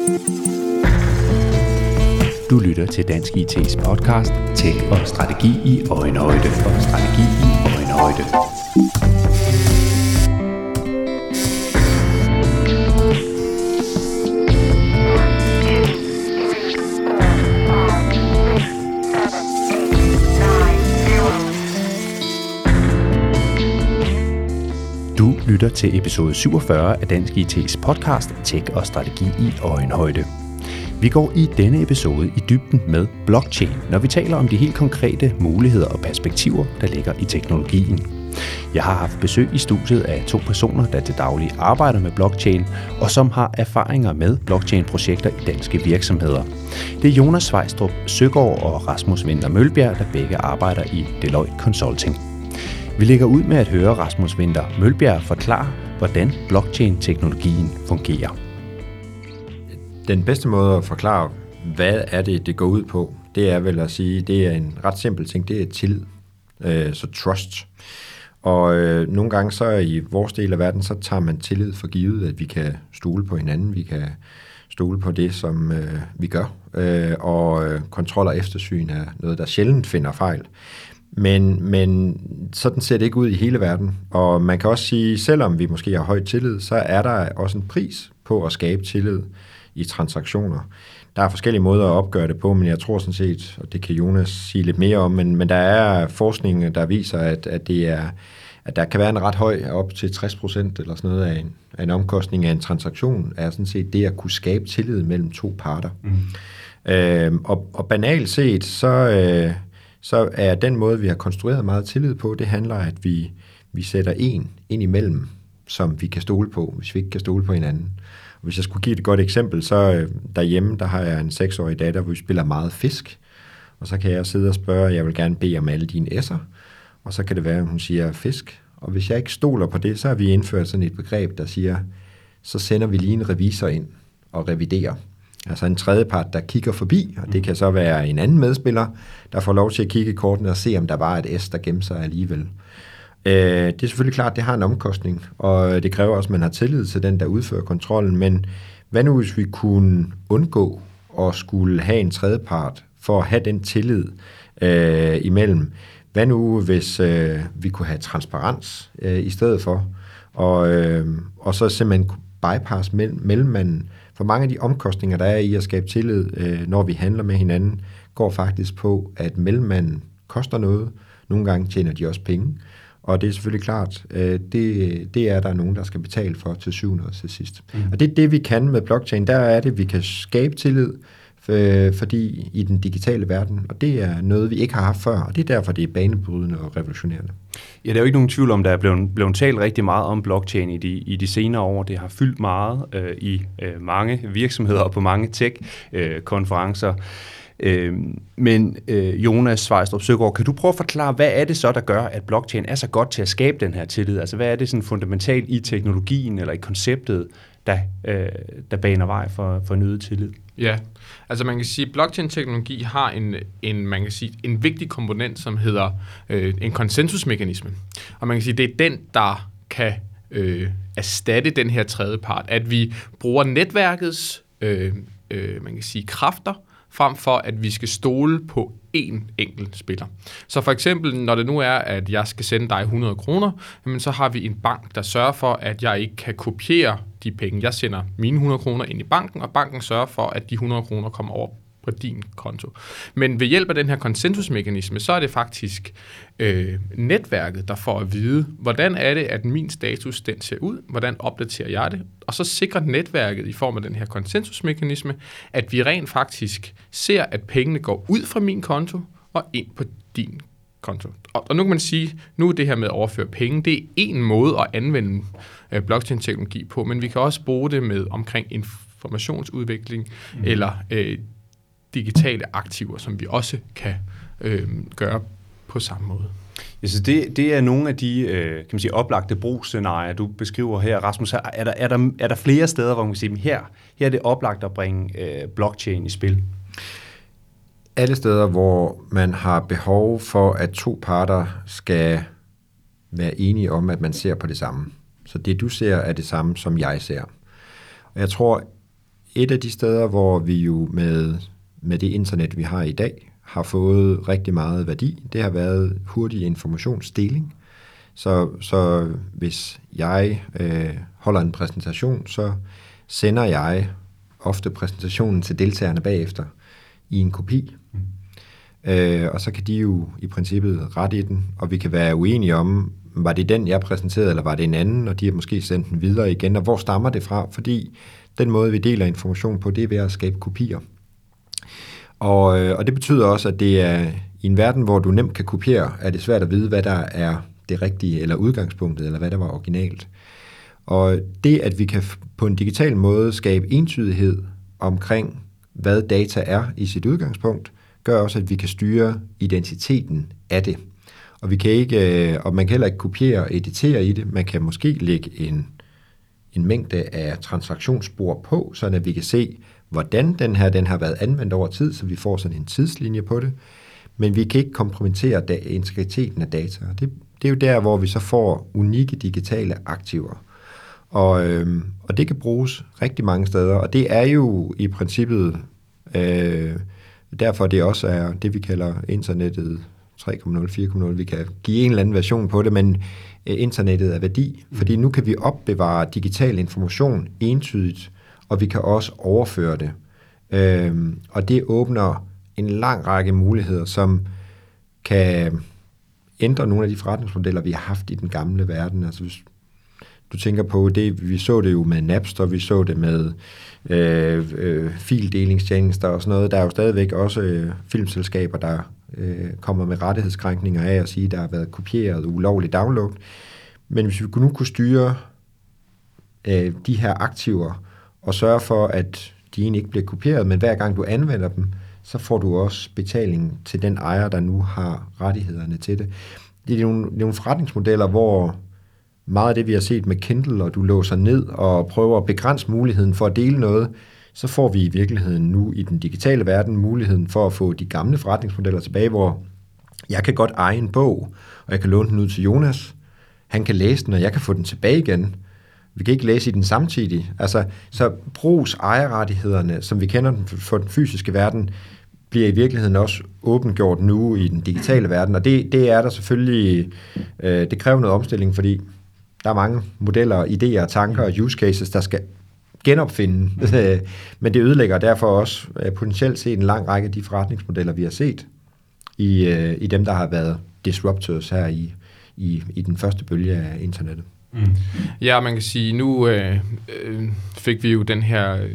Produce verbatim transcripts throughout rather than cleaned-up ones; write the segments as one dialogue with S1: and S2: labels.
S1: Du lytter til Dansk I T's podcast Tech og strategi i øjenhøjde. Og strategi i øjenhøjde. Du lytter til episode syvogfyrre af Dansk I T's podcast Tech og strategi i øjenhøjde. Vi går i denne episode i dybden med blockchain, når vi taler om de helt konkrete muligheder og perspektiver, der ligger i teknologien. Jeg har haft besøg i studiet af to personer, der til daglig arbejder med blockchain, og som har erfaringer med blockchain-projekter i danske virksomheder. Det er Jonas Svejstrup Søgaard og Rasmus Winther Mølbjerg, der begge arbejder i Deloitte Consulting. Vi lægger ud med at høre Rasmus Winther Mølbjerg forklare, hvordan blockchain-teknologien fungerer.
S2: Den bedste måde at forklare, hvad er det, det går ud på, det er vel at sige, det er en ret simpel ting, det er tillid, øh, så trust. Og øh, nogle gange så i vores del af verden, så tager man tillid for givet, at vi kan stole på hinanden, vi kan stole på det, som øh, vi gør, øh, og øh, kontrol og eftersyn er noget, der sjældent finder fejl. Men, men sådan ser det ikke ud i hele verden, og man kan også sige, selvom vi måske har høj tillid, så er der også en pris på at skabe tillid i transaktioner. Der er forskellige måder at opgøre det på, men jeg tror sådan set, og det kan Jonas sige lidt mere om, men, men der er forskning, der viser, at, at, det er, at der kan være en ret høj, op til tres procent eller sådan noget af en, af en omkostning af en transaktion, er sådan set det at kunne skabe tillid mellem to parter. Mm. Øhm, og, og banalt set, så, øh, så er den måde, vi har konstrueret meget tillid på, det handler, at vi, vi sætter en ind imellem, som vi kan stole på, hvis vi ikke kan stole på hinanden. Hvis jeg skulle give et godt eksempel, så derhjemme, der har jeg en seksårig datter, hvor vi spiller meget fisk, og så kan jeg sidde og spørge, jeg vil gerne bede om alle dine s'er, og så kan det være, at hun siger fisk, og hvis jeg ikke stoler på det, så har vi indført sådan et begreb, der siger, så sender vi lige en revisor ind og reviderer. Altså en tredjepart, der kigger forbi, og det kan så være en anden medspiller, der får lov til at kigge i kortene og se, om der var et S, der gemte sig alligevel. Det er selvfølgelig klart, at det har en omkostning, og det kræver også, at man har tillid til den, der udfører kontrollen. Men hvad nu, hvis vi kunne undgå at skulle have en tredjepart for at have den tillid øh, imellem? Hvad nu, hvis øh, vi kunne have transparens øh, i stedet for? Og, øh, og så simpelthen kunne bypasse mellemmanden. For mange af de omkostninger, der er i at skabe tillid, øh, når vi handler med hinanden, går faktisk på, at mellemmanden koster noget. Nogle gange tjener de også penge. Og det er selvfølgelig klart, det, det er der nogen, der skal betale for til syvende og til sidst. Mm. Og det er det, vi kan med blockchain. Der er det, vi kan skabe tillid, fordi i den digitale verden, og det er noget, vi ikke har haft før, og det er derfor, det er banebrydende og revolutionerende.
S1: Ja, der er jo ikke nogen tvivl om, der er blevet, blevet talt rigtig meget om blockchain i de, i de senere år. Det har fyldt meget øh, i øh, mange virksomheder og på mange tech-konferencer. Øh, Øh, men øh, Jonas Svejstrup Søgaard, kan du prøve at forklare, hvad er det så, der gør, at blockchain er så godt til at skabe den her tillid? Altså, hvad er det sådan fundamentalt i teknologien eller i konceptet, der, øh, der baner vej for, for en øget tillid?
S3: Ja, altså man kan sige, at blockchain-teknologi har en, en, man kan sige, en vigtig komponent, som hedder øh, en konsensusmekanisme. Og man kan sige, det er den, der kan øh, erstatte den her tredje part. At vi bruger netværkets øh, øh, man kan sige, kræfter, frem for at vi skal stole på én enkelt spiller. Så for eksempel, når det nu er, at jeg skal sende dig hundrede kroner, jamen så har vi en bank, der sørger for, at jeg ikke kan kopiere de penge. Jeg sender mine hundrede kroner ind i banken, og banken sørger for, at de hundrede kroner kommer over på din konto. Men ved hjælp af den her konsensusmekanisme, så er det faktisk øh, netværket, der får at vide, hvordan er det, at min status den ser ud, hvordan opdaterer jeg det, og så sikrer netværket i form af den her konsensusmekanisme, at vi rent faktisk ser, at pengene går ud fra min konto og ind på din konto. Og, og nu kan man sige, nu er det her med at overføre penge, det er en måde at anvende øh, blockchain-teknologi på, men vi kan også bruge det med omkring informationsudvikling mm. eller øh, digitale aktiver, som vi også kan øh, gøre på samme måde.
S1: Ja, så det, det er nogle af de øh, kan man sige, oplagte brugsscenarier, du beskriver her, Rasmus. Er der, er der, er der flere steder, hvor man kan sige, her, her er det oplagt at bringe øh, blockchain i spil?
S2: Alle steder, hvor man har behov for, at to parter skal være enige om, at man ser på det samme. Så det, du ser, er det samme, som jeg ser. Og jeg tror, et af de steder, hvor vi jo med, med det internet, vi har i dag, har fået rigtig meget værdi, det har været hurtig informationsdeling. Så, så hvis jeg øh, holder en præsentation, så sender jeg ofte præsentationen til deltagerne bagefter i en kopi. Mm. Øh, og så kan de jo i princippet rette i den, og vi kan være uenige om, var det den, jeg præsenterede, eller var det en anden, og de har måske sendt den videre igen, og hvor stammer det fra? Fordi den måde, vi deler information på, det er ved at skabe kopier. Og, øh, og det betyder også, at det er i en verden, hvor du nemt kan kopiere, er det svært at vide, hvad der er det rigtige, eller udgangspunktet, eller hvad der var originalt. Og det, at vi kan på en digital måde skabe entydighed omkring, hvad data er i sit udgangspunkt, gør også, at vi kan styre identiteten af det. Og, vi kan ikke, og man kan heller ikke kopiere og editere i det. Man kan måske lægge en, en mængde af transaktionsspor på, så at vi kan se, hvordan den her den har været anvendt over tid, så vi får sådan en tidslinje på det. Men vi kan ikke kompromittere da, integriteten af data. Det, det er jo der, hvor vi så får unikke digitale aktiver. Og, øhm, og det kan bruges rigtig mange steder, og det er jo i princippet øh, derfor det også er det, vi kalder internettet tre punkt nul, fire punkt nul. Vi kan give en eller anden version på det, men øh, internettet er værdi, mm. fordi nu kan vi opbevare digital information entydigt, og vi kan også overføre det. Øhm, og det åbner en lang række muligheder, som kan ændre nogle af de forretningsmodeller, vi har haft i den gamle verden. Altså hvis du tænker på det, vi så det jo med Napster, vi så det med øh, øh, fildelingstjenester og sådan noget. Der er jo stadigvæk også øh, filmselskaber, der øh, kommer med rettighedskrænkninger af at sige, der har været kopieret ulovlig download. Men hvis vi nu kunne styre øh, de her aktiver og sørge for, at de egentlig ikke bliver kopieret, men hver gang du anvender dem, så får du også betaling til den ejer, der nu har rettighederne til det. Det er nogle, det er nogle forretningsmodeller, hvor meget af det, vi har set med Kindle, og du låser ned og prøver at begrænse muligheden for at dele noget, så får vi i virkeligheden nu i den digitale verden muligheden for at få de gamle forretningsmodeller tilbage, hvor jeg kan godt eje en bog, og jeg kan låne den ud til Jonas. Han kan læse den, og jeg kan få den tilbage igen. Vi kan ikke læse i den samtidig. Altså, så brugs ejerrettighederne, som vi kender den for den fysiske verden, bliver i virkeligheden også åbengjort nu i den digitale verden, og det, det er der selvfølgelig, øh, det kræver noget omstilling, fordi der er mange modeller, idéer, tanker og use cases, der skal genopfinde, mm. men det ødelægger derfor også øh, potentielt set en lang række af de forretningsmodeller, vi har set i, øh, i dem, der har været disruptors her i, i, i den første bølge af internettet.
S3: Mm. Ja, man kan sige, nu øh, øh, fik vi jo den her øh,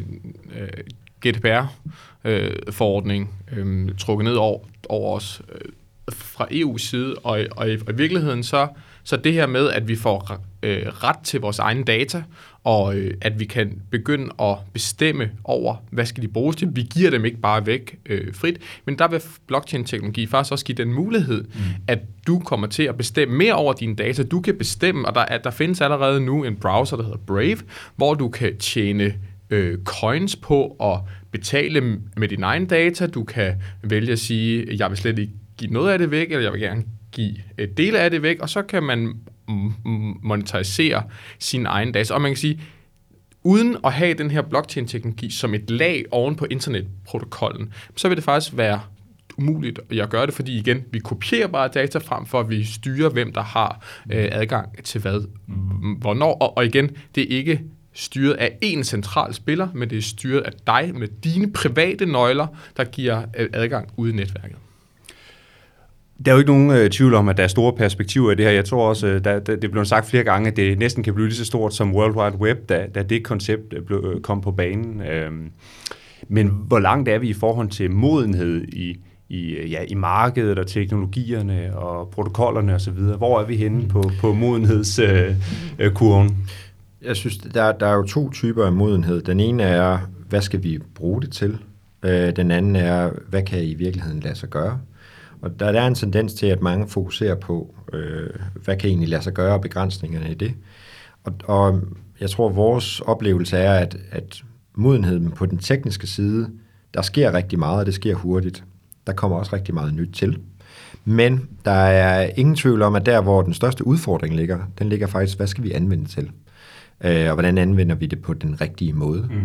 S3: G D P R-forordning øh, øh, trukket ned over, over os øh, fra E U's side, og, og, i, og i virkeligheden så, så det her med, at vi får øh, ret til vores egne data, og øh, at vi kan begynde at bestemme over, hvad skal de bruges til. Vi giver dem ikke bare væk øh, frit, men der vil blockchain-teknologi faktisk også give den mulighed, mm. at du kommer til at bestemme mere over dine data. Du kan bestemme, og der, er, der findes allerede nu en browser, der hedder Brave, hvor du kan tjene øh, coins på at betale med dine egne data. Du kan vælge at sige, at jeg vil slet ikke give noget af det væk, eller jeg vil gerne give et del af det væk, og så kan man monetarisere sine egne data. Og man kan sige, uden at have den her blockchain-teknologi som et lag oven på internetprotokollen, så vil det faktisk være umuligt at gøre det, fordi igen, vi kopierer bare data frem for, at vi styrer, hvem der har øh, adgang til hvad, hvornår. Og, og igen, det er ikke styret af én central spiller, men det er styret af dig med dine private nøgler, der giver øh, adgang ud i netværket.
S1: Der er jo ikke nogen øh, tvivl om, at der er store perspektiver i det her. Jeg tror også, øh, der, der, det blev sagt flere gange, at det næsten kan blive lige så stort som World Wide Web, da, da det koncept blev, øh, kom på banen. Øhm, men hvor langt er vi i forhold til modenhed i, i, ja, i markedet og teknologierne og protokollerne osv.? Hvor er vi henne på, på modenhedskurven? Øh, øh,
S2: Jeg synes, der, der er jo to typer af modenhed. Den ene er, hvad skal vi bruge det til? Øh, den anden er, hvad kan i virkeligheden lade sig gøre? Og der, der er en tendens til, at mange fokuserer på, øh, hvad kan egentlig lade sig gøre, og begrænsningerne i det. Og, og jeg tror, vores oplevelse er, at, at modenheden på den tekniske side, der sker rigtig meget, og det sker hurtigt. Der kommer også rigtig meget nyt til. Men der er ingen tvivl om, at der, hvor den største udfordring ligger, den ligger faktisk, hvad skal vi anvende til? Øh, og hvordan anvender vi det på den rigtige måde? Mm.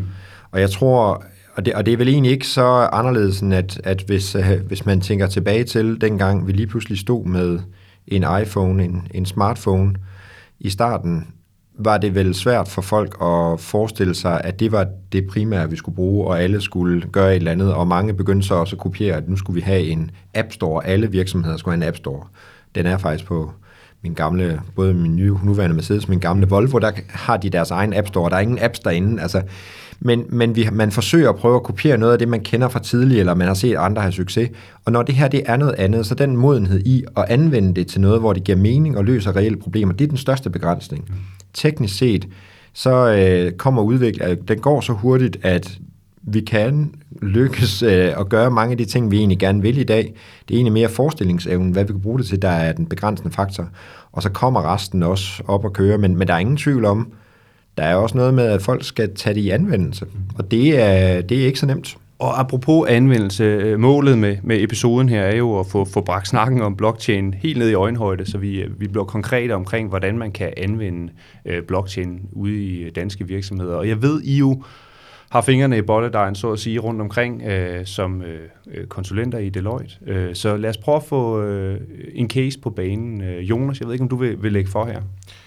S2: Og jeg tror, og det, og det er vel egentlig ikke så anderledes, end at, at hvis, uh, hvis man tænker tilbage til dengang, vi lige pludselig stod med en iPhone, en, en smartphone i starten, var det vel svært for folk at forestille sig, at det var det primære, vi skulle bruge, og alle skulle gøre et eller andet, og mange begyndte så også at kopiere, at nu skulle vi have en App Store. Alle virksomheder skulle have en App Store. Den er faktisk på min gamle, både min nye nuværende Mercedes, min gamle Volvo, der har de deres egen App Store. Der er ingen apps derinde, altså. Men, men vi, man forsøger at prøve at kopiere noget af det, man kender fra tidligere, eller man har set andre have succes. Og når det her det er noget andet, så den modenhed i at anvende det til noget, hvor det giver mening og løser reelle problemer, det er den største begrænsning. Teknisk set, så øh, kommer udviklingen, den går så hurtigt, at vi kan lykkes øh, at gøre mange af de ting, vi egentlig gerne vil i dag. Det er egentlig mere forestillingsevnen, hvad vi kan bruge det til, der er den begrænsende faktor. Og så kommer resten også op og køre, men, men der er ingen tvivl om, der er også noget med, at folk skal tage det i anvendelse, og det er, det er ikke så nemt.
S1: Og apropos anvendelse, målet med, med episoden her er jo at få, få bragt snakken om blockchain helt ned i øjenhøjde, så vi, vi bliver konkrete omkring, hvordan man kan anvende øh, blockchain ude i danske virksomheder. Og jeg ved, I jo har fingrene i bolledejen, så at sige, rundt omkring øh, som øh, konsulenter i Deloitte. Øh, så lad os prøve at få øh, en case på banen. Øh, Jonas, jeg ved ikke, om du vil, vil lægge for her?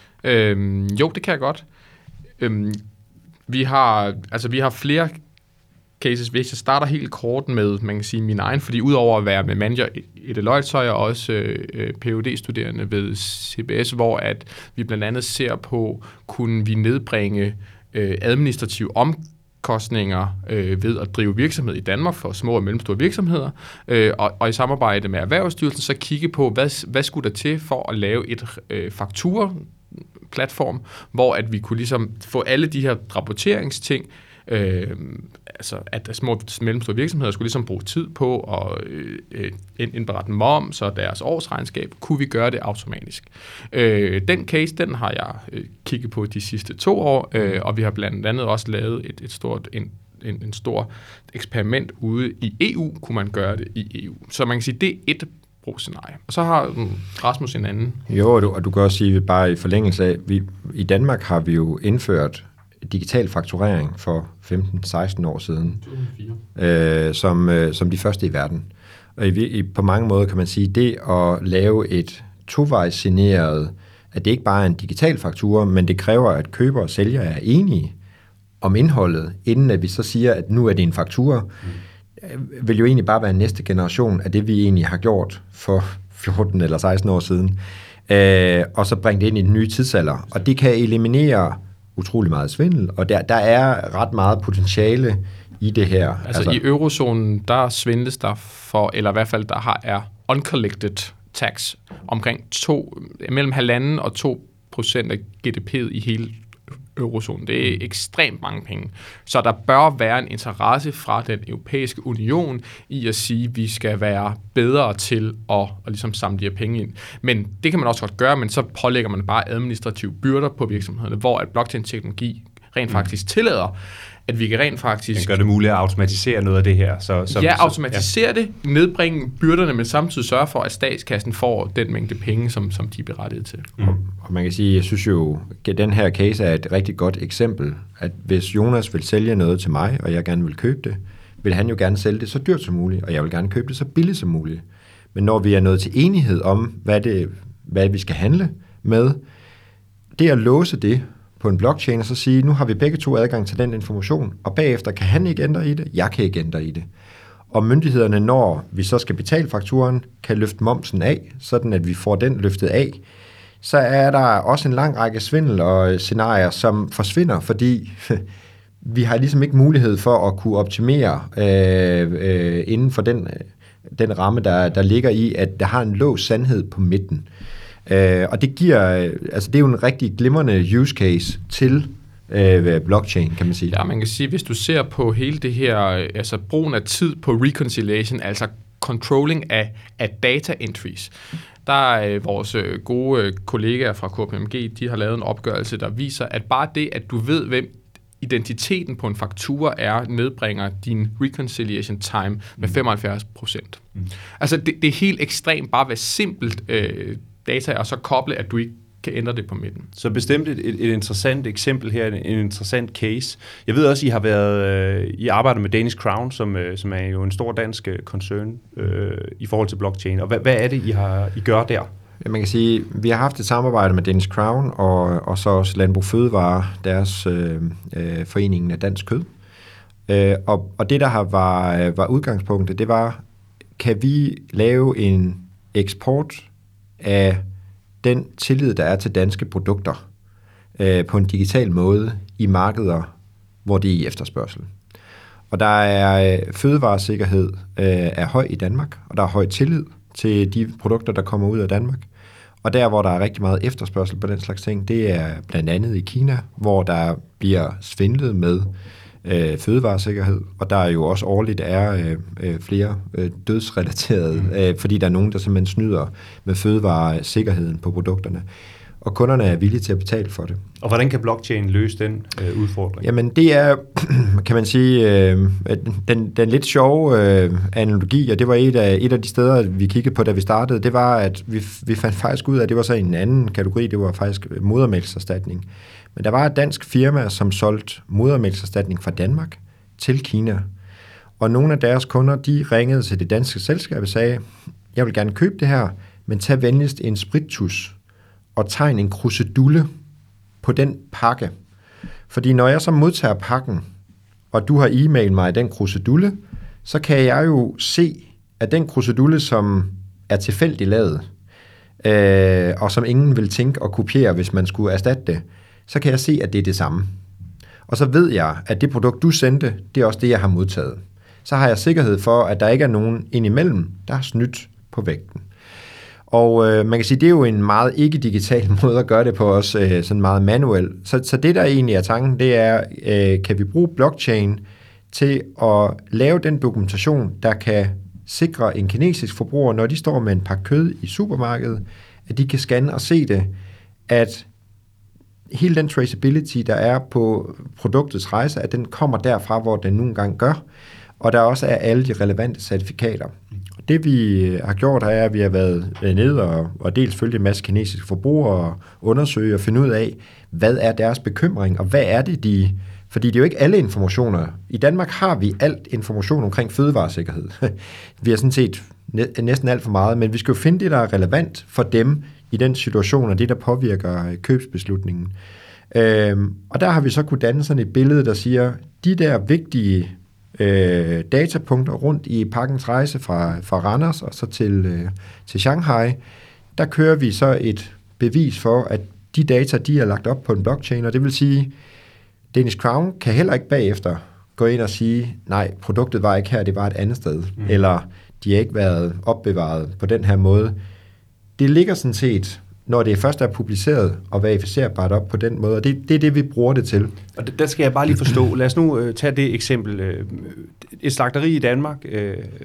S3: Øhm, jo, det kan jeg godt. Øhm, vi har, altså vi har flere cases. Hvis jeg starter helt kort med, man kan sige, min egen, fordi udover at være med manager i Deloitte, så er jeg også øh, P H D-studerende ved C B S, hvor at vi blandt andet ser på, kunne vi nedbringe øh, administrative omkostninger øh, ved at drive virksomhed i Danmark for små og mellemstore virksomheder, øh, og, og i samarbejde med Erhvervsstyrelsen, så kigge på, hvad, hvad skulle der til for at lave et øh, faktura platform, hvor at vi kunne ligesom få alle de her rapporteringsting, øh, altså at små og mellemstore virksomheder skulle ligesom bruge tid på at øh, indberette moms og deres årsregnskab, kunne vi gøre det automatisk. Øh, den case, den har jeg øh, kigget på de sidste to år, øh, og vi har blandt andet også lavet et, et stort en, en, en stor eksperiment ude i E U, kunne man gøre det i E U. Så man kan sige, det er et scenarie. Og så har Rasmus en anden.
S2: Jo, og du, og du kan også sige, bare i forlængelse af, vi, i Danmark har vi jo indført digital fakturering for femten seksten år siden, øh, som, øh, som de første i verden. Og i, i, på mange måder kan man sige, det at lave et tovejssigneret, at det ikke bare er en digital faktura, men det kræver, at køber og sælger er enige om indholdet, inden at vi så siger, at nu er det en faktura, mm. vil jo egentlig bare være næste generation af det, vi egentlig har gjort for fjorten eller seksten år siden, øh, og så bringe det ind i den nye tidsalder. Og det kan eliminere utrolig meget svindel, og der, der er ret meget potentiale i det her.
S3: Altså, altså i eurozonen, der svindles der for, eller i hvert fald der har, er uncollected tax omkring to, mellem halvanden og to procent af G D P'et i hele eurozonen. Det er ekstremt mange penge. Så der bør være en interesse fra den europæiske union i at sige, at vi skal være bedre til at, at ligesom samle de her penge ind. Men det kan man også godt gøre, men så pålægger man bare administrative byrder på virksomhederne, hvor at blockchain-teknologi rent faktisk tillader, at vi kan rent faktisk...
S1: Den gør det muligt at automatisere noget af det her. Så, så,
S3: ja, automatisere ja. det, nedbringe byrderne, men samtidig sørge for, at statskassen får den mængde penge, som, som de er berettiget til.
S2: Mm. Og, og man kan sige, jeg synes jo, at den her case er et rigtig godt eksempel, at hvis Jonas vil sælge noget til mig, og jeg gerne vil købe det, vil han jo gerne sælge det så dyrt som muligt, og jeg vil gerne købe det så billigt som muligt. Men når vi er nået til enighed om, hvad, det, hvad vi skal handle med, det at låse det på en blockchain, og så sige, nu har vi begge to adgang til den information, og bagefter kan han ikke ændre i det, jeg kan ikke ændre i det. Og myndighederne, når vi så skal betale fakturen, kan løfte momsen af, sådan at vi får den løftet af, så er der også en lang række svindel og scenarier, som forsvinder, fordi vi har ligesom ikke mulighed for at kunne optimere øh, øh, inden for den, den ramme, der, der ligger i, at der har en låst sandhed på midten. Uh, og det giver, altså det er jo en rigtig glimrende use case til uh, blockchain, kan man sige.
S3: Ja, man kan sige, hvis du ser på hele det her, altså brugen af tid på reconciliation, altså controlling af, af data entries, der er vores gode kollegaer fra K P M G, de har lavet en opgørelse, der viser, at bare det, at du ved, hvem identiteten på en faktura er, nedbringer din reconciliation time med femoghalvfjerds procent. Mm. Altså det, det er helt ekstremt bare ved simpelt øh, data, og så koble, at du ikke kan ændre det på midten.
S1: Så bestemt et, et interessant eksempel her, en, en interessant case. Jeg ved også, I har været, øh, I arbejder med Danish Crown, som, øh, som er jo en stor dansk koncern øh, i forhold til blockchain. Og hvad, hvad er det, I, har, I gør der?
S2: Ja, man kan sige, vi har haft et samarbejde med Danish Crown, og, og så også Landbrug Fødevare, deres øh, øh, foreningen af dansk kød. Øh, og, og det, der har var, var udgangspunktet, det var, kan vi lave en eksport af den tillid, der er til danske produkter øh, på en digital måde i markeder, hvor det er i efterspørgsel. Og der er øh, fødevaresikkerhed øh, er høj i Danmark, og der er høj tillid til de produkter, der kommer ud af Danmark. Og der, hvor der er rigtig meget efterspørgsel på den slags ting, det er blandt andet i Kina, hvor der bliver svindlet med øh, fødevaresikkerhed, og der er jo også årligt er øh, flere øh, dødsrelaterede, øh, fordi der er nogen, der simpelthen snyder med fødevaresikkerheden på produkterne. Og kunderne er villige til at betale for det.
S1: Og hvordan kan blockchain løse den øh, udfordring?
S2: Jamen det er, kan man sige, øh, den, den lidt sjove øh, analogi, og det var et af, et af de steder, vi kiggede på, da vi startede, det var, at vi, vi fandt faktisk ud af, at det var så en anden kategori, det var faktisk modermælkserstatning. Men der var et dansk firma, som solgte modermælkserstatning fra Danmark til Kina. Og nogle af deres kunder, de ringede til det danske selskab og sagde, jeg vil gerne købe det her, men tag venligst en sprittus og tegn en krusedulle på den pakke. Fordi når jeg så modtager pakken, og du har e-mail mig den krusedulle, så kan jeg jo se, at den krusedulle, som er tilfældigt lavet, øh, og som ingen vil tænke at kopiere, hvis man skulle erstatte det, så kan jeg se, at det er det samme. Og så ved jeg, at det produkt, du sendte, det er også det, jeg har modtaget. Så har jeg sikkerhed for, at der ikke er nogen indimellem, der har snydt på vægten. Og øh, man kan sige, det er jo en meget ikke-digital måde at gøre det på, også øh, sådan meget manuelt. Så, så det, der egentlig er tanken, det er, øh, kan vi bruge blockchain til at lave den dokumentation, der kan sikre en kinesisk forbruger, når de står med en pakke kød i supermarkedet, at de kan scanne og se det, at hele den traceability, der er på produktets rejse, at den kommer derfra, hvor den nogle gange gør, og der også er alle de relevante certifikater. Det vi har gjort her, er, at vi har været nede og, og dels følge en masse kinesiske forbrugere og undersøge og finde ud af, hvad er deres bekymring, og hvad er det, de... Fordi det er jo ikke alle informationer. I Danmark har vi alt information omkring fødevaresikkerhed. Vi har sådan set næsten alt for meget, men vi skal jo finde det, der er relevant for dem i den situation, og det, der påvirker købsbeslutningen. Øhm, og der har vi så kunne danne sådan et billede, der siger, de der vigtige øh, datapunkter rundt i pakkens rejse fra, fra Randers og så til, øh, til Shanghai, der kører vi så et bevis for, at de data, de er lagt op på en blockchain, og det vil sige, Danish Crown kan heller ikke bagefter gå ind og sige, nej, produktet var ikke her, det var et andet sted, mm. eller de har ikke været opbevaret på den her måde. Det ligger sådan set, når det først er publiceret og verificerbart op på den måde, og det, det er det, vi bruger det til.
S1: Og der skal jeg bare lige forstå. Lad os nu uh, tage det eksempel. Uh, et slagteri i Danmark uh,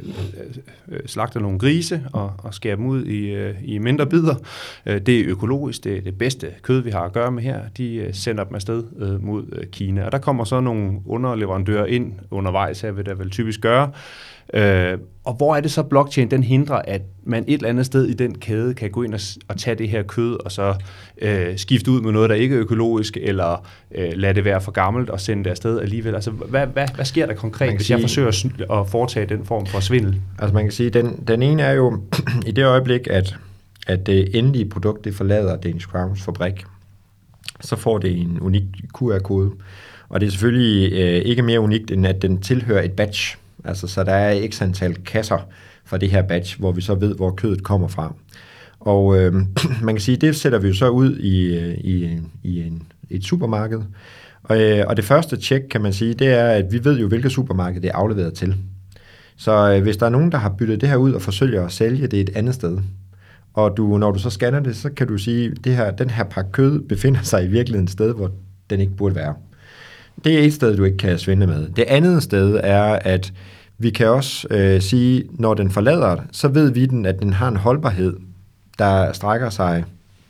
S1: uh, slagter nogle grise og, og skærer dem ud i, uh, i mindre bidder. Uh, det er økologisk, det er det bedste kød, vi har at gøre med her. De uh, sender dem afsted uh, mod uh, Kina, og der kommer så nogle underleverandører ind undervejs, her vil der vel typisk gøre. Øh, og hvor er det så, blockchain den hindrer, at man et eller andet sted i den kæde kan gå ind og, og tage det her kød og så øh, skifte ud med noget, der ikke er økologisk, eller øh, lade det være for gammelt og sende det afsted alligevel? Altså, hvad, hvad, hvad sker der konkret, hvis sige, jeg forsøger at foretage den form for svindel? Altså
S2: man kan sige, den, den ene er jo i det øjeblik, at, at det endelige produkt, det forlader Danish Crowns fabrik, så får det en unik Q R-kode. Og det er selvfølgelig øh, ikke mere unikt, end at den tilhører et batch. Altså, så der er x antal kasser fra det her batch, hvor vi så ved, hvor kødet kommer fra. Og øh, man kan sige, det sætter vi jo så ud i, i, i en, et supermarked. Og, øh, og det første tjek, kan man sige, det er, at vi ved jo, hvilket supermarked det er afleveret til. Så øh, hvis der er nogen, der har byttet det her ud og forsøger at sælge det et andet sted, og du, når du så scanner det, så kan du sige, at det her, den her pakke kød befinder sig i virkeligheden et sted, hvor den ikke burde være. Det er et sted, du ikke kan svindle med. Det andet sted er, at vi kan også øh, sige, når den forlader, så ved vi den, at den har en holdbarhed, der strækker sig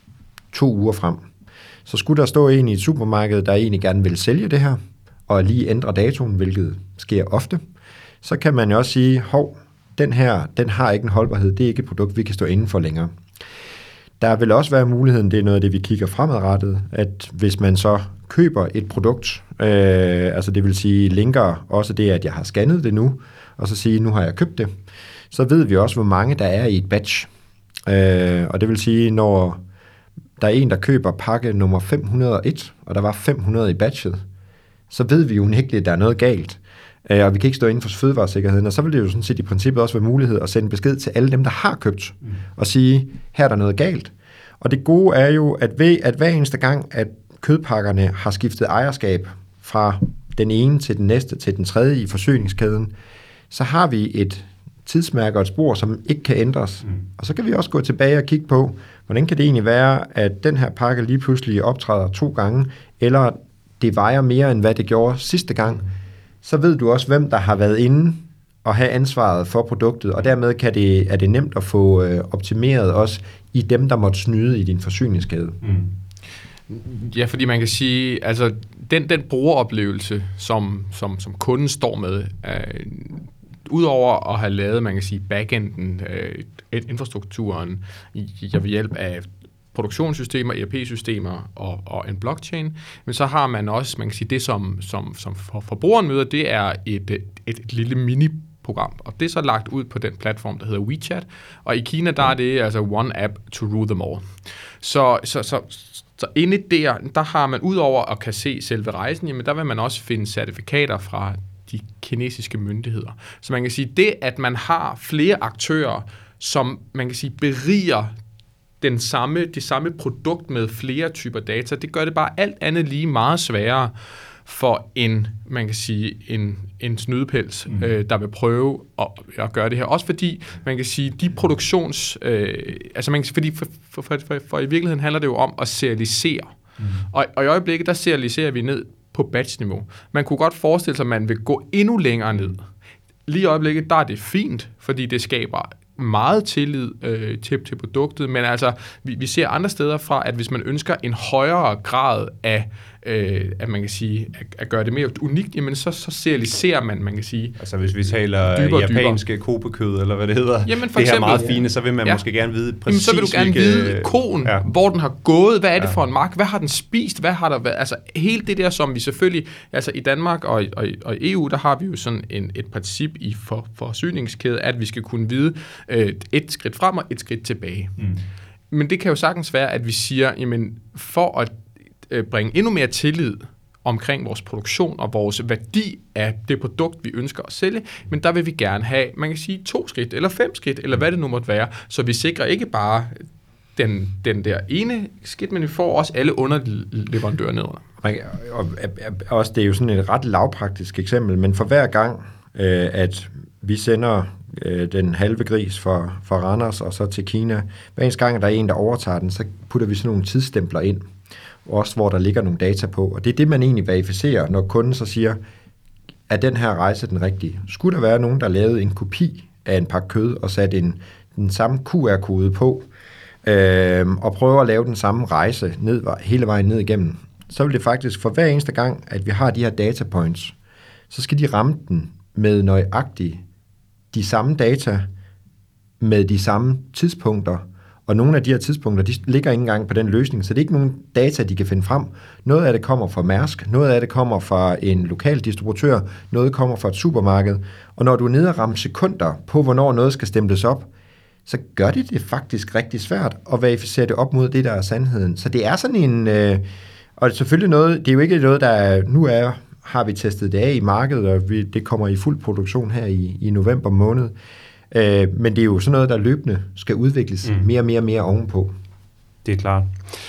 S2: to uger frem. Så skulle der stå en i et supermarked, der egentlig gerne vil sælge det her, og lige ændre datoen, hvilket sker ofte, så kan man jo også sige, hov, den her, den har ikke en holdbarhed, det er ikke et produkt, vi kan stå inden for længere. der vil også være muligheden, det er noget af det, vi kigger fremadrettet, at hvis man så køber et produkt, øh, altså det vil sige linker også det, at jeg har scannet det nu, og så sige, nu har jeg købt det, så ved vi også, hvor mange der er i et batch. Øh, og det vil sige, når der er en, der køber pakke nummer fem hundrede og en, og der var fem hundrede i batchet, så ved vi jo ikke, at der er noget galt. Øh, og vi kan ikke stå inden for fødevaresikkerheden, og så vil det jo sådan set i princippet også være mulighed at sende besked til alle dem, der har købt, mm. og sige, her er der noget galt. Og det gode er jo, at ved at hver eneste gang, at kødpakkerne har skiftet ejerskab fra den ene til den næste til den tredje i forsyningskæden, så har vi et tidsmærke og et spor, som ikke kan ændres. Mm. Og så kan vi også gå tilbage og kigge på, hvordan kan det egentlig være, at den her pakke lige pludselig optræder to gange, eller det vejer mere, end hvad det gjorde sidste gang. Så ved du også, hvem der har været inde og have ansvaret for produktet, og dermed kan det, er det nemt at få øh, optimeret også i dem, der måtte snyde i din forsyningskæde. Mm.
S3: Ja, fordi man kan sige, altså den, den brugeroplevelse, som, som, som kunden står med, øh, udover at have lavet, man kan sige, backenden, øh, infrastrukturen, i, ved hjælp af produktionssystemer, E R P-systemer og, og en blockchain, men så har man også, man kan sige, det som, som, som for, forbrugeren møder, det er et, et, et lille mini-program, og det er så lagt ud på den platform, der hedder WeChat, og i Kina, der er det altså one app to rule them all. Så, så, så, så inde der, der har man, udover at kan se selve rejsen, jamen der vil man også finde certifikater fra de kinesiske myndigheder. Så man kan sige, det at man har flere aktører, som man kan sige beriger den samme, det samme produkt med flere typer data, det gør det bare alt andet lige meget sværere for en, man kan sige, en, en snydepels, mm. øh, der vil prøve at, at gøre det her. Også fordi, man kan sige, de produktions... Øh, altså man kan sige, fordi for, for, for, for, for i virkeligheden handler det jo om at serialisere. Mm. Og, og i øjeblikket, der serialiserer vi ned på batch-niveau. Man kunne godt forestille sig, at man vil gå endnu længere ned. Lige i øjeblikket, der er det fint, fordi det skaber meget tillid øh, til, til produktet, men altså, vi, vi ser andre steder fra, at hvis man ønsker en højere grad af, øh, at man kan sige, at, at gøre det mere unikt, jamen så, så serialiserer man, man kan sige.
S1: Altså hvis vi taler
S3: dybere,
S1: japanske dybere. Kobekød, eller hvad det hedder,
S3: jamen, for
S1: det her
S3: eksempel,
S1: meget fine, så vil man
S3: ja.
S1: måske gerne vide præcis,
S3: jamen, så vil du gerne
S1: hvilke,
S3: vide koen, ja. hvor den har gået, hvad er det ja. for en mark, hvad har den spist, hvad har der været, altså hele det der, som vi selvfølgelig, altså i Danmark og, og, og E U, der har vi jo sådan en, et princip i for, forsyningskæde, at vi skal kunne vide øh, et skridt frem og et skridt tilbage. Mm. Men det kan jo sagtens være, at vi siger, jamen for at øh, bringe endnu mere tillid omkring vores produktion og vores værdi af det produkt, vi ønsker at sælge, men der vil vi gerne have, man kan sige, to skridt eller fem skridt, eller hvad det nu måtte være, så vi sikrer ikke bare den, den der ene skridt, men vi får også alle underleverandører nedenunder.
S2: Og, og også, det er jo sådan et ret lavpraktisk eksempel, men for hver gang, øh, at vi sender øh, den halve gris fra, fra Randers og så til Kina, hver eneste gang, der er en, der overtager den, så putter vi sådan nogle tidsstempler ind, også hvor der ligger nogle data på. Og det er det, man egentlig verificerer, når kunden så siger, er den her rejse den rigtige? Skulle der være nogen, der lavede en kopi af en pakke kød og satte en, den samme Q R-kode på, øh, og prøver at lave den samme rejse ned, hele vejen ned igennem, så vil det faktisk for hver eneste gang, at vi har de her data points, så skal de ramme den med nøjagtigt de samme data med de samme tidspunkter, og nogle af de her tidspunkter, de ligger ikke engang på den løsning, så det er ikke nogen data, de kan finde frem. Noget af det kommer fra Mærsk, noget af det kommer fra en lokal distributør, noget kommer fra et supermarked, og når du er nede og rammer sekunder på, hvornår noget skal stemples op, så gør det det faktisk rigtig svært at verificere det op mod det, der er sandheden. Så det er sådan en, øh, og det er selvfølgelig noget, det er jo ikke noget, der nu er, har vi testet det af i markedet, og vi, det kommer i fuld produktion her i, i november måned. Øh, men det er jo sådan noget, der løbende skal udvikles mm. mere og mere og mere ovenpå.
S1: Det er klart.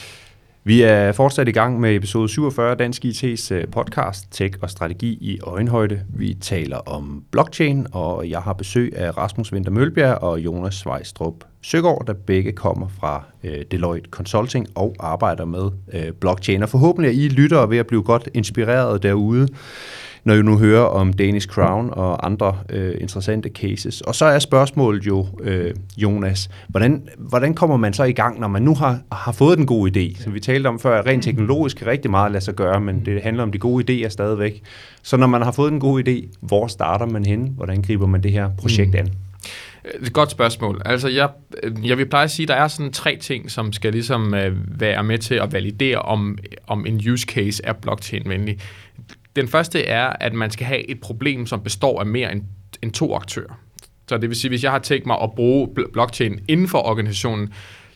S1: Vi er fortsat i gang med episode syvogfyrre af Dansk I T's podcast Tech og Strategi i øjenhøjde. Vi taler om blockchain, og jeg har besøg af Rasmus Winther Mølbjerg og Jonas Svejstrup Søgaard, der begge kommer fra øh, Deloitte Consulting og arbejder med øh, blockchain. Og forhåbentlig er I lyttere ved at blive godt inspireret derude, når I nu hører om Danish Crown og andre øh, interessante cases. Og så er spørgsmålet jo, øh, Jonas, hvordan, hvordan kommer man så i gang, når man nu har, har fået den gode idé? Som vi talte om før, rent teknologisk kan rigtig meget lade sig gøre, men det handler om de gode idéer stadigvæk. Så når man har fået den gode idé, hvor starter man henne? Hvordan griber man det her projekt an?
S3: Det er et godt spørgsmål. Altså, jeg, jeg vil pleje at sige, at der er sådan tre ting, som skal ligesom uh, være med til at validere, om, om en use case er blockchain-venlig. Den første er, at man skal have et problem, som består af mere end, end to aktører. Så det vil sige, hvis jeg har tænkt mig at bruge blockchain inden for organisationen,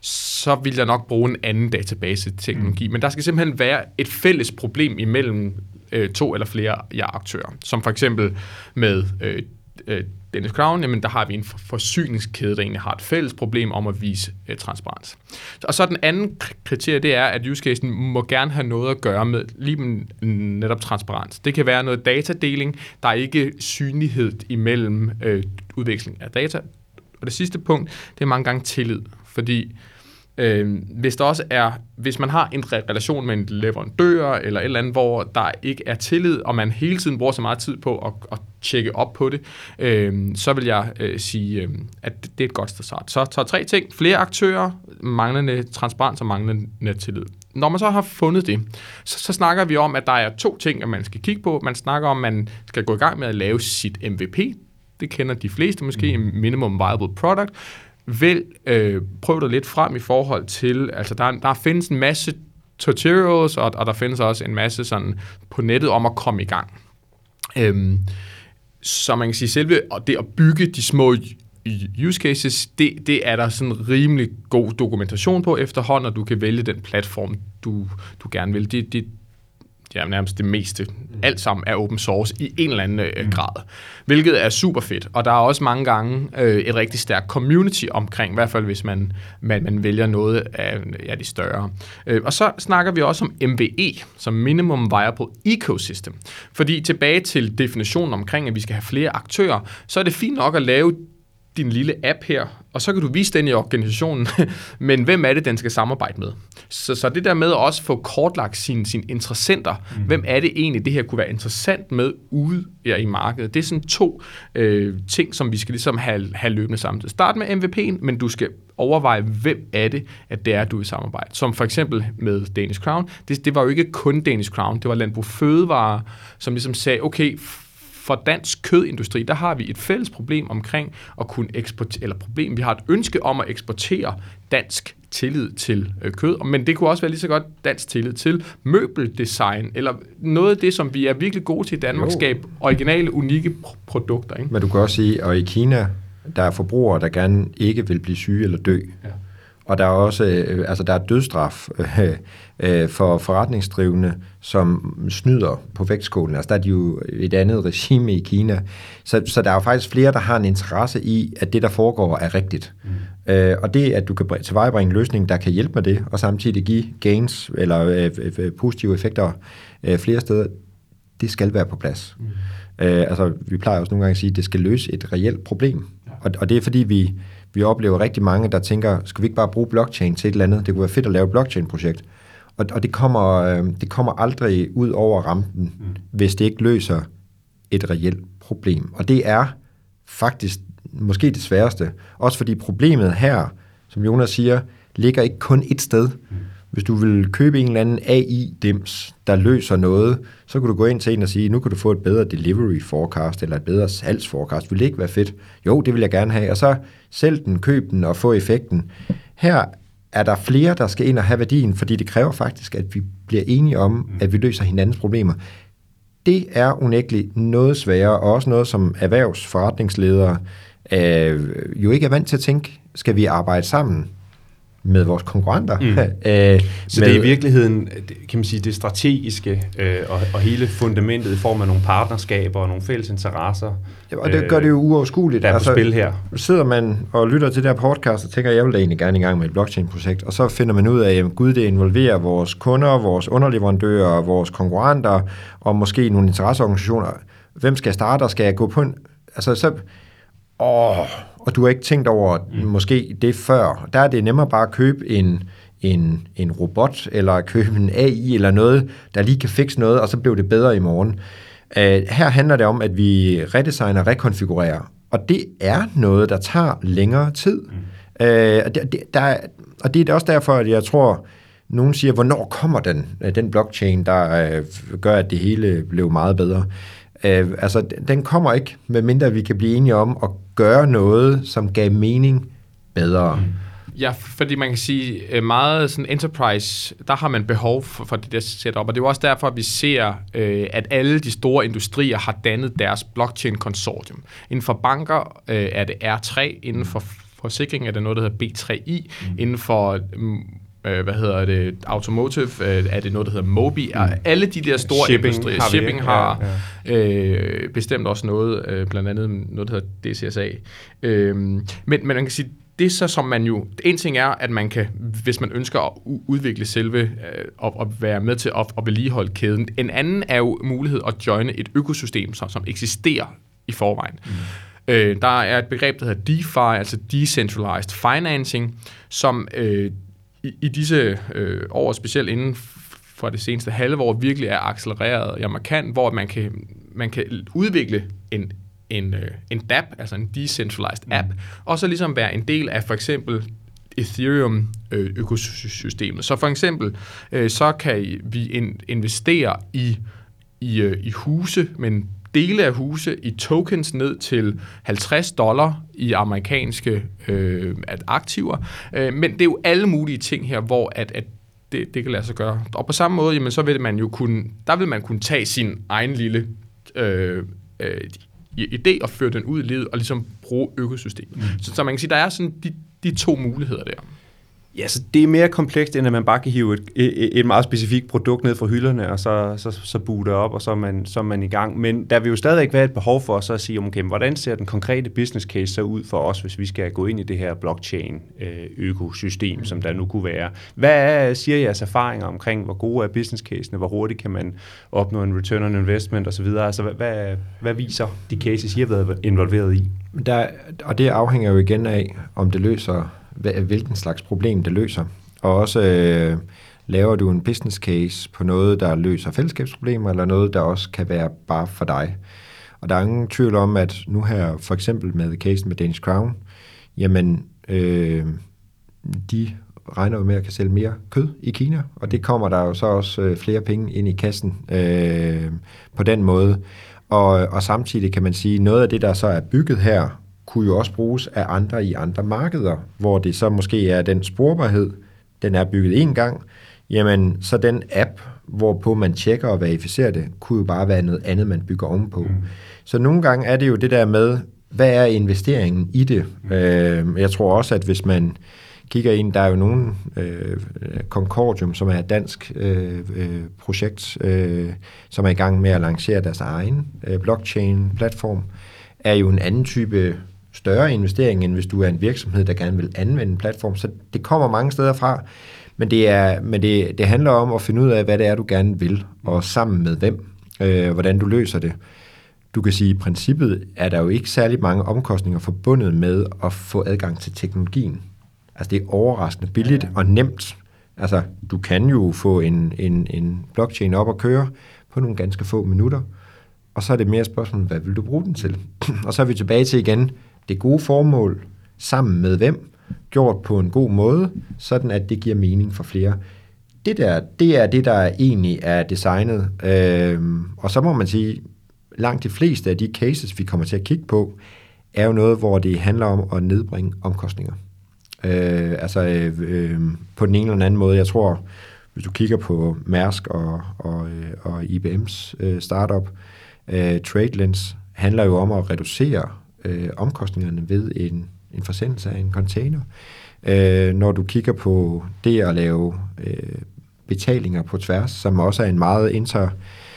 S3: så vil jeg nok bruge en anden database-teknologi. Mm. Men der skal simpelthen være et fælles problem imellem øh, to eller flere ja, aktører. Som for eksempel med øh, øh, Danish Crown, jamen der har vi en forsyningskæde, der egentlig har et fælles problem om at vise øh, transparens. Og så den anden kriterie, det er, at use casen må gerne have noget at gøre med lige med netop transparens. Det kan være noget datadeling, der er ikke synlighed imellem øh, udveksling af data. Og det sidste punkt, det er mange gange tillid, fordi øh, hvis der også er, hvis man har en relation med en leverandør eller et eller andet, hvor der ikke er tillid, og man hele tiden bruger så meget tid på at, at tjekke op på det, øh, så vil jeg øh, sige, øh, at det er et godt start. Så, så tre ting: flere aktører, manglende transparens og manglende tillid. Når man så har fundet det, så, så snakker vi om, at der er to ting, at man skal kigge på. Man snakker om, at man skal gå i gang med at lave sit M V P. Det kender de fleste måske, mm. minimum viable product. Vel, øh, prøv dig lidt frem i forhold til, altså der, der findes en masse tutorials, og, og der findes også en masse sådan på nettet om at komme i gang. Øhm, så man kan sige, selve det at bygge de små use cases, det, det er der sådan rimelig god dokumentation på efterhånden, og du kan vælge den platform, du, du gerne vil. Det, det, ja, nærmest det meste. Alt sammen er open source i en eller anden øh, grad, hvilket er super fedt. Og der er også mange gange øh, et rigtig stærkt community omkring, i hvert fald hvis man, man, man vælger noget af ja, de større. Øh, og så snakker vi også om M V E, som Minimum Viable Ecosystem. Fordi tilbage til definitionen omkring, at vi skal have flere aktører, så er det fint nok at lave din lille app her, og så kan du vise den i organisationen, men hvem er det, den skal samarbejde med? Så, så det der med at også få kortlagt sine, sine interessenter, mm. hvem er det egentlig, det her kunne være interessant med ude ja, i markedet? Det er sådan to øh, ting, som vi skal ligesom have, have løbende samtidig. Start med M V P'en, men du skal overveje, hvem er det, at det er, du vil samarbejde. Som for eksempel med Danish Crown. Det, det var jo ikke kun Danish Crown, det var Landbrug Fødevare, som ligesom sagde, okay, for dansk kødindustri, der har vi et fælles problem omkring at kunne eksportere, eller problem, vi har et ønske om at eksportere dansk tillid til øh, kød, men det kunne også være lige så godt dansk tillid til møbeldesign, eller noget af det, som vi er virkelig gode til i Danmark, skabe originale, unikke pr- produkter. Ikke?
S2: Men du kan også sige, at i Kina, der er forbrugere, der gerne ikke vil blive syge eller dø. Ja. Og der er også øh, altså der er dødsstraf øh, øh, for forretningsdrivende, som snyder på vægtskålen. Altså der er de jo et andet regime i Kina. Så, så der er jo faktisk flere, der har en interesse i, at det, der foregår, er rigtigt. Mm. Øh, og det, at du kan tilvejebringe en løsning, der kan hjælpe med det, og samtidig give gains eller øh, øh, positive effekter øh, flere steder, det skal være på plads. Mm. Øh, altså vi plejer også nogle gange at sige, at det skal løse et reelt problem. Ja. Og, og det er fordi, vi Vi oplever rigtig mange, der tænker, skal vi ikke bare bruge blockchain til et eller andet? Det kunne være fedt at lave et blockchain-projekt. Og, og det, kommer, øh, det kommer aldrig ud over rampen, mm. hvis det ikke løser et reelt problem. Og det er faktisk måske det sværeste. Også fordi problemet her, som Jonas siger, ligger ikke kun et sted. Mm. Hvis du vil købe en eller anden A I-dims, der løser noget, så kan du gå ind til en og sige, nu kan du få et bedre delivery forecast, eller et bedre salgs forecast. Vil det ikke være fedt? Jo, det vil jeg gerne have. Og så sælg den, køb den og få effekten. Her er der flere, der skal ind og have værdien, fordi det kræver faktisk, at vi bliver enige om, at vi løser hinandens problemer. Det er unægteligt noget sværere, og også noget, som erhvervsforretningsledere øh, jo ikke er vant til at tænke, skal vi arbejde sammen med vores konkurrenter. Mm. Æh,
S1: så det er i virkeligheden, kan man sige, det strategiske øh, og, og hele fundamentet i form af nogle partnerskaber og nogle fælles interesser.
S2: Ja, og det gør det jo uoverskueligt.
S1: Der er altså, på spil her.
S2: Sidder man og lytter til det her podcast og tænker, jeg vil da egentlig gerne i gang med et blockchain-projekt, og så finder man ud af, at gud, det involverer vores kunder, vores underleverandører, vores konkurrenter og måske nogle interesseorganisationer. Hvem skal jeg starte, og skal jeg gå på en... Altså så... Åh, og du har ikke tænkt over mm. måske det før. Der er det nemmere bare at købe en, en, en robot, eller købe en A I, eller noget, der lige kan fikse noget, og så bliver det bedre i morgen. Uh, her handler det om, at vi redesigner og rekonfigurerer, og det er noget, der tager længere tid. Mm. Uh, det, det, der, og det er også derfor, at jeg tror, nogen siger, hvornår kommer den, den blockchain, der uh, gør, at det hele blev meget bedre. Øh, altså, den kommer ikke, medmindre vi kan blive enige om at gøre noget, som gav mening bedre. Mm.
S3: Ja, fordi man kan sige, meget sådan enterprise, der har man behov for, for det der setup, og det er også derfor, at vi ser, øh, at alle de store industrier har dannet deres blockchain-konsortium. Inden for banker øh, er det R tre, inden for forsikring er det noget, der hedder B tre I, mm. inden for øh, hvad hedder det, automotive øh, er det noget, der hedder Mobi. Mm. Alle de der store
S1: shipping
S3: industrier,
S1: har
S3: shipping har
S1: ja, ja.
S3: Øh, bestemt også noget, øh, blandt andet noget, der hedder D C S A. Øh, men, men man kan sige, det så som man jo, en ting er, at man kan, hvis man ønsker at udvikle selve, øh, og, og være med til at, at vedligeholde kæden. En anden er jo mulighed at joine et økosystem, som, som eksisterer i forvejen. Mm. Øh, der er et begreb, der hedder DeFi, altså Decentralized Financing, som øh, i, i disse øh, år, specielt inden for det seneste halve år, virkelig er accelereret, ja, markant, hvor man kan, man kan udvikle en En, en D A P, altså en Decentralized App, mm. og så ligesom være en del af for eksempel Ethereum-økosystemet. Så for eksempel, så kan vi investere i, i, i huse, men dele af huse i tokens ned til halvtreds dollar i amerikanske øh, aktiver. Men det er jo alle mulige ting her, hvor at, at det, det kan lade sig gøre. Og på samme måde, jamen, så vil man jo kunne, der vil man kunne tage sin egen lille øh, øh, idé og føre den ud i livet og ligesom bruge økosystemet. Mm. Så, så man kan sige, der er sådan de, de to muligheder der.
S1: Ja, så det er mere komplekst, end at man bare kan hive et, et, et meget specifikt produkt ned fra hylderne, og så, så, så buge det op, og så er, man, så er man i gang. Men der vil jo stadig være et behov for så at sige, okay, hvordan ser den konkrete business case så ud for os, hvis vi skal gå ind i det her blockchain-økosystem, øh, som der nu kunne være. Hvad er, siger jeres erfaringer omkring, hvor gode er business casene, hvor hurtigt kan man opnå en return on investment osv.? Altså, hvad, hvad, hvad viser de cases, I har været involveret i?
S2: Der, og det afhænger jo igen af, om det løser hvilken slags problem det løser. Og også øh, laver du en business case på noget, der løser fællesskabsproblemer, eller noget, der også kan være bare for dig. Og der er ingen tvivl om, at nu her, for eksempel med casen med Danish Crown, jamen, øh, de regner jo med at kan sælge mere kød i Kina, og det kommer der jo så også øh, flere penge ind i kassen øh, på den måde. Og, og samtidig kan man sige, noget af det, der så er bygget her, kunne jo også bruges af andre i andre markeder, hvor det så måske er den sporbarhed, den er bygget en gang, jamen så den app, hvorpå man tjekker og verificerer det, kunne jo bare være noget andet, man bygger ovenpå. Mm. Så nogle gange er det jo det der med, hvad er investeringen i det? Mm. Øh, jeg tror også, at hvis man kigger ind, der er jo nogen, øh, Concordium, som er et dansk øh, øh, projekt, øh, som er i gang med at lancere deres egen øh, blockchain-platform, er jo en anden type større investering, end hvis du er en virksomhed, der gerne vil anvende en platform. Så det kommer mange steder fra, men det, er, men det, det handler om at finde ud af, hvad det er, du gerne vil, og sammen med hvem, øh, hvordan du løser det. Du kan sige, at i princippet er der jo ikke særlig mange omkostninger forbundet med at få adgang til teknologien. Altså det er overraskende billigt og nemt. Altså du kan jo få en, en, en blockchain op at køre på nogle ganske få minutter, og så er det mere spørgsmål, hvad vil du bruge den til? Og så er vi tilbage til igen, det gode formål, sammen med hvem, gjort på en god måde, sådan at det giver mening for flere. Det der, det er det, der egentlig er designet. Øhm, og så må man sige, langt de fleste af de cases, vi kommer til at kigge på, er jo noget, hvor det handler om at nedbringe omkostninger. Øh, altså øh, på den ene eller anden måde. Jeg tror, hvis du kigger på Mærsk og, og, og I B M's øh, startup, øh, TradeLens, handler jo om at reducere øh, omkostningerne ved en, en forsendelse af en container. Øh, når du kigger på det at lave øh, betalinger på tværs, som også er en meget inter...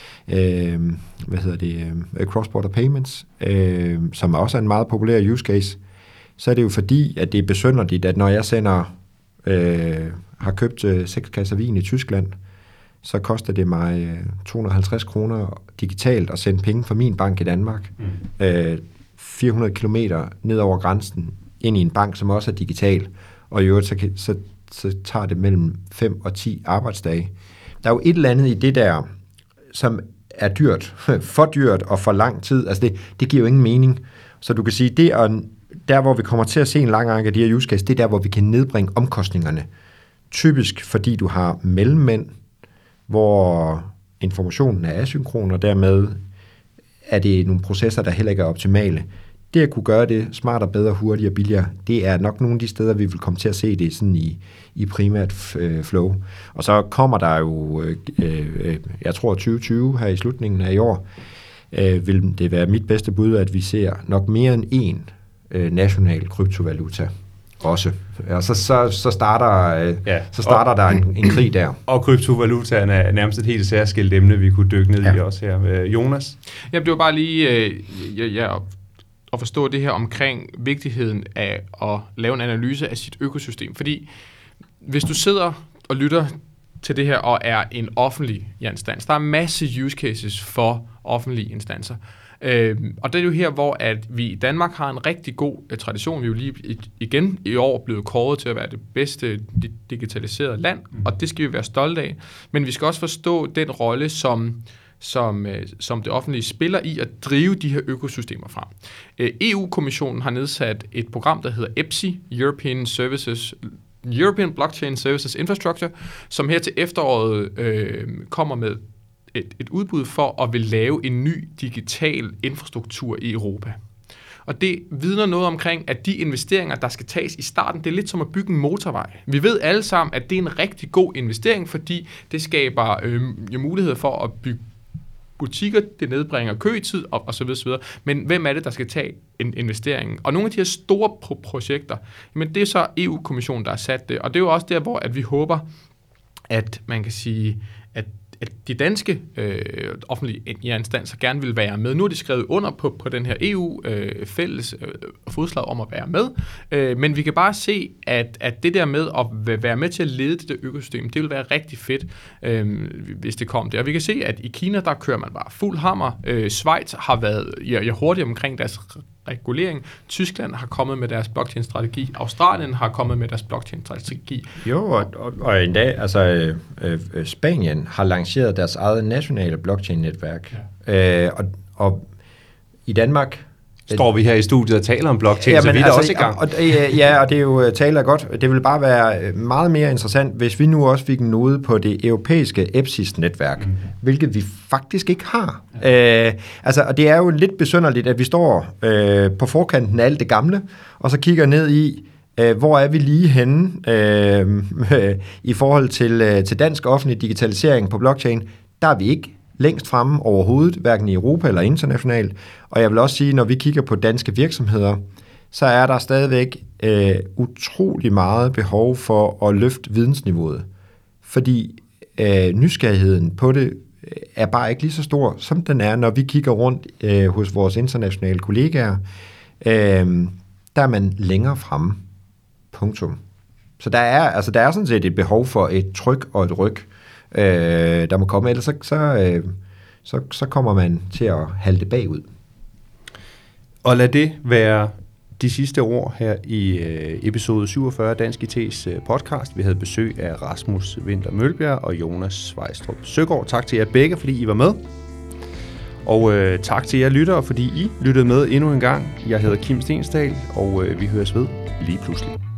S2: Øh, hvad hedder det? Øh, cross-border payments, øh, som også er en meget populær use case, så er det jo fordi, at det er besynderligt, at når jeg sender, øh, har købt øh, seks kasser vin i Tyskland, så koster det mig øh, to hundrede og halvtreds kroner digitalt at sende penge fra min bank i Danmark, mm. øh, fire hundrede kilometer ned over grænsen, ind i en bank, som også er digital, og i øvrigt, så, så, så tager det mellem fem og ti arbejdsdage. Der er jo et eller andet i det der, som er dyrt, for dyrt og for lang tid, altså det, det giver jo ingen mening. Så du kan sige, det er der, hvor vi kommer til at se en lang række af de her use cases, det er der, hvor vi kan nedbringe omkostningerne. Typisk fordi du har mellemmænd, hvor informationen er asynkron, og dermed er det nogle processer, der heller ikke er optimale. Det at kunne gøre det smartere, bedre, hurtigere, billigere, det er nok nogle af de steder, vi vil komme til at se det sådan i, i primært øh, flow. Og så kommer der jo, øh, øh, jeg tror tyve tyve her i slutningen af i år, øh, vil det være mit bedste bud, at vi ser nok mere end én øh, national kryptovaluta også. Og så, så, så starter, øh, ja. så starter og, der en, en krig der.
S1: Og kryptovalutaen er nærmest et helt særskilt emne, vi kunne dykke ned ja. i også her. Jonas?
S3: Jamen, det var bare lige øh, jeg, jeg, at forstå det her omkring vigtigheden af at lave en analyse af sit økosystem. Fordi hvis du sidder og lytter til det her og er en offentlig instans, der er masse use cases for offentlige instanser. Øh, og det er jo her, hvor at vi i Danmark har en rigtig god uh, tradition. Vi er jo lige igen i år blevet kåret til at være det bedste digitaliserede land, mm. og det skal vi være stolte af. Men vi skal også forstå den rolle, som, som, uh, som det offentlige spiller i at drive de her økosystemer frem. Uh, E U-kommissionen har nedsat et program, der hedder E P S I, European Services European Blockchain Services Infrastructure, som her til efteråret øh, kommer med et, et udbud for at vil lave en ny digital infrastruktur i Europa. Og det vidner noget omkring, at de investeringer, der skal tages i starten, det er lidt som at bygge en motorvej. Vi ved alle sammen, at det er en rigtig god investering, fordi det skaber øh, muligheder for at bygge butikker, det nedbringer køtid og, og så videre, så videre. Men hvem er det, der skal tage en investering? Og nogle af de her store pro- projekter, jamen det er så E U-kommissionen, der har sat det. Og det er jo også der, hvor at vi håber, at man kan sige, at at de danske øh, offentlige instanser gerne vil være med. Nu er de skrevet under på, på den her E U-fælles øh, øh, fodslag om at være med, øh, men vi kan bare se, at, at det der med at være med til at lede det der økosystem, det vil være rigtig fedt, øh, hvis det kommer der. Og vi kan se, at i Kina, der kører man bare fuld hammer. Øh, Schweiz har været ja, ja, hurtigt omkring deres regulering. Tyskland har kommet med deres blockchain-strategi. Australien har kommet med deres blockchain-strategi.
S2: Jo, og, og, og endda, altså øh, øh, Spanien har lanceret deres eget nationale blockchain-netværk. Ja. Øh, og, og i Danmark
S1: står vi her i studiet og taler om blockchain,
S2: ja,
S1: så vi er
S2: altså,
S1: også i gang.
S2: Og, og, ja, og det er jo taler godt. Det vil bare være meget mere interessant, hvis vi nu også fik en node på det europæiske E P S I-netværk, mm. hvilket vi faktisk ikke har. Ja. Øh, altså, og det er jo lidt besynderligt, at vi står øh, på forkanten af alt det gamle, og så kigger ned i, øh, hvor er vi lige henne øh, øh, i forhold til, øh, til dansk offentlig digitalisering på blockchain. Der er vi ikke længst fremme overhovedet, hverken i Europa eller internationalt. Og jeg vil også sige, når vi kigger på danske virksomheder, så er der stadigvæk øh, utrolig meget behov for at løfte vidensniveauet. Fordi øh, nysgerrigheden på det er bare ikke lige så stor, som den er, når vi kigger rundt øh, hos vores internationale kollegaer. Øh, der er man længere fremme. Punktum. Så der er, altså, der er sådan set et behov for et tryk og et ryg, Øh, der må komme, ellers så, så, øh, så, så kommer man til at halte bagud.
S1: Og lad det være de sidste ord her i øh, episode syvogfyrre af Dansk I T's øh, podcast. Vi havde besøg af Rasmus Winther Mølbjerg og Jonas Svejstrup Søgaard. Tak til jer begge, fordi I var med. Og øh, tak til jer lyttere, fordi I lyttede med endnu en gang. Jeg hedder Kim Stensdal, og øh, vi høres ved lige pludselig.